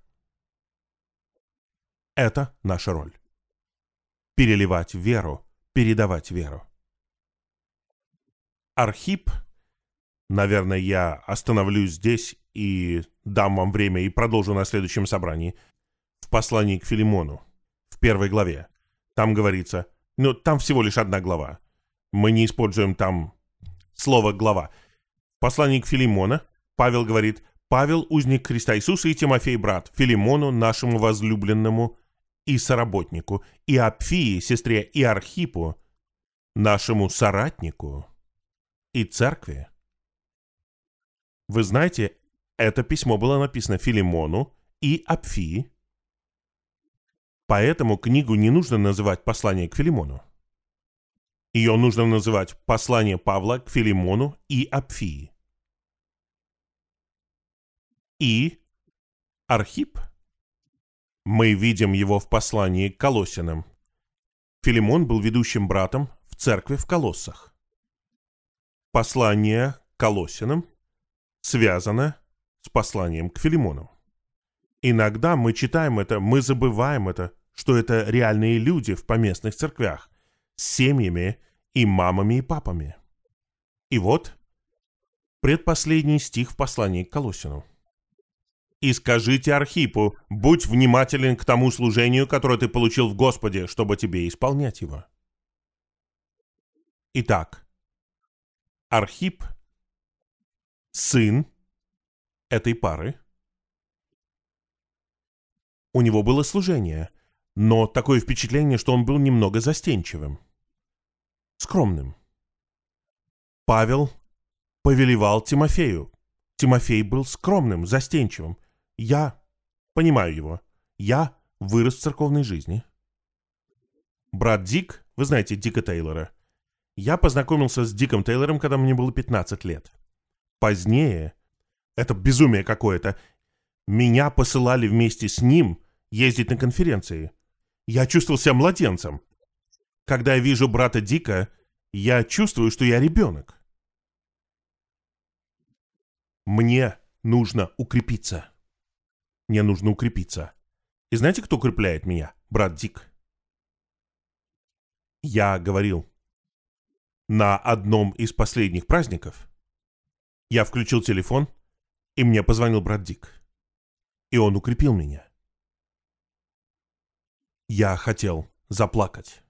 Это наша роль. Переливать веру, передавать веру. Архип, наверное, я остановлюсь здесь и дам вам время и продолжу на следующем собрании, в послании к Филимону, в 1 главе. Там говорится, там всего лишь 1 глава. Мы не используем там слово «глава». В послании к Филимону Павел говорит: «Павел, узник Христа Иисуса, и Тимофей, брат, Филимону, нашему возлюбленному и соработнику, и Апфии, сестре, и Архипу, нашему соратнику, и церкви». Вы знаете, это письмо было написано Филимону и Апфии, поэтому книгу не нужно называть «Послание к Филимону». Ее нужно называть «Послание Павла к Филимону и Апфии». И Архип, мы видим его в послании к Колоссянам. Филимон был ведущим братом в церкви в Колоссах. Послание к Колоссянам связано с посланием к Филимону. Иногда мы читаем это, мы забываем это, что это реальные люди в поместных церквях, с семьями и мамами и папами. И вот предпоследний стих в послании к Колоссянам. «И скажите Архипу: будь внимателен к тому служению, которое ты получил в Господе, чтобы тебе исполнять его». Итак, Архип – сын этой пары. У него было служение, но такое впечатление, что он был немного застенчивым, скромным. Павел повелевал Тимофею. Тимофей был скромным, застенчивым. Я понимаю его. Я вырос в церковной жизни. Брат Дик, вы знаете Дика Тейлора. Я познакомился с Диком Тейлором, когда мне было 15 лет. Позднее, это безумие какое-то, меня посылали вместе с ним ездить на конференции. Я чувствовал себя младенцем. Когда я вижу брата Дика, я чувствую, что я ребенок. Мне нужно укрепиться. Мне нужно укрепиться. И знаете, кто укрепляет меня? Брат Дик. Я говорил, на одном из последних праздников я включил телефон, и мне позвонил брат Дик. И он укрепил меня. Я хотел заплакать.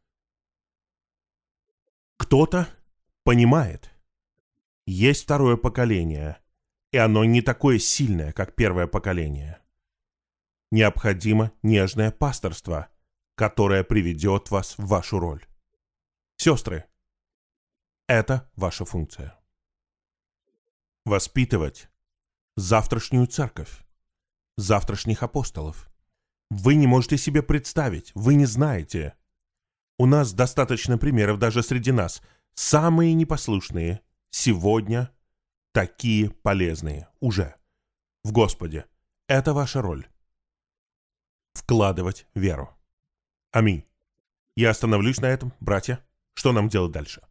Кто-то понимает. Есть второе поколение, и оно не такое сильное, как первое поколение. Необходимо нежное пасторство, которое приведет вас в вашу роль. Сестры, это ваша функция. Воспитывать завтрашнюю церковь, завтрашних апостолов. Вы не можете себе представить, вы не знаете. У нас достаточно примеров даже среди нас. Самые непослушные сегодня такие полезные уже в Господе. Это ваша роль. Вкладывать веру. Аминь. Я остановлюсь на этом, братья. Что нам делать дальше?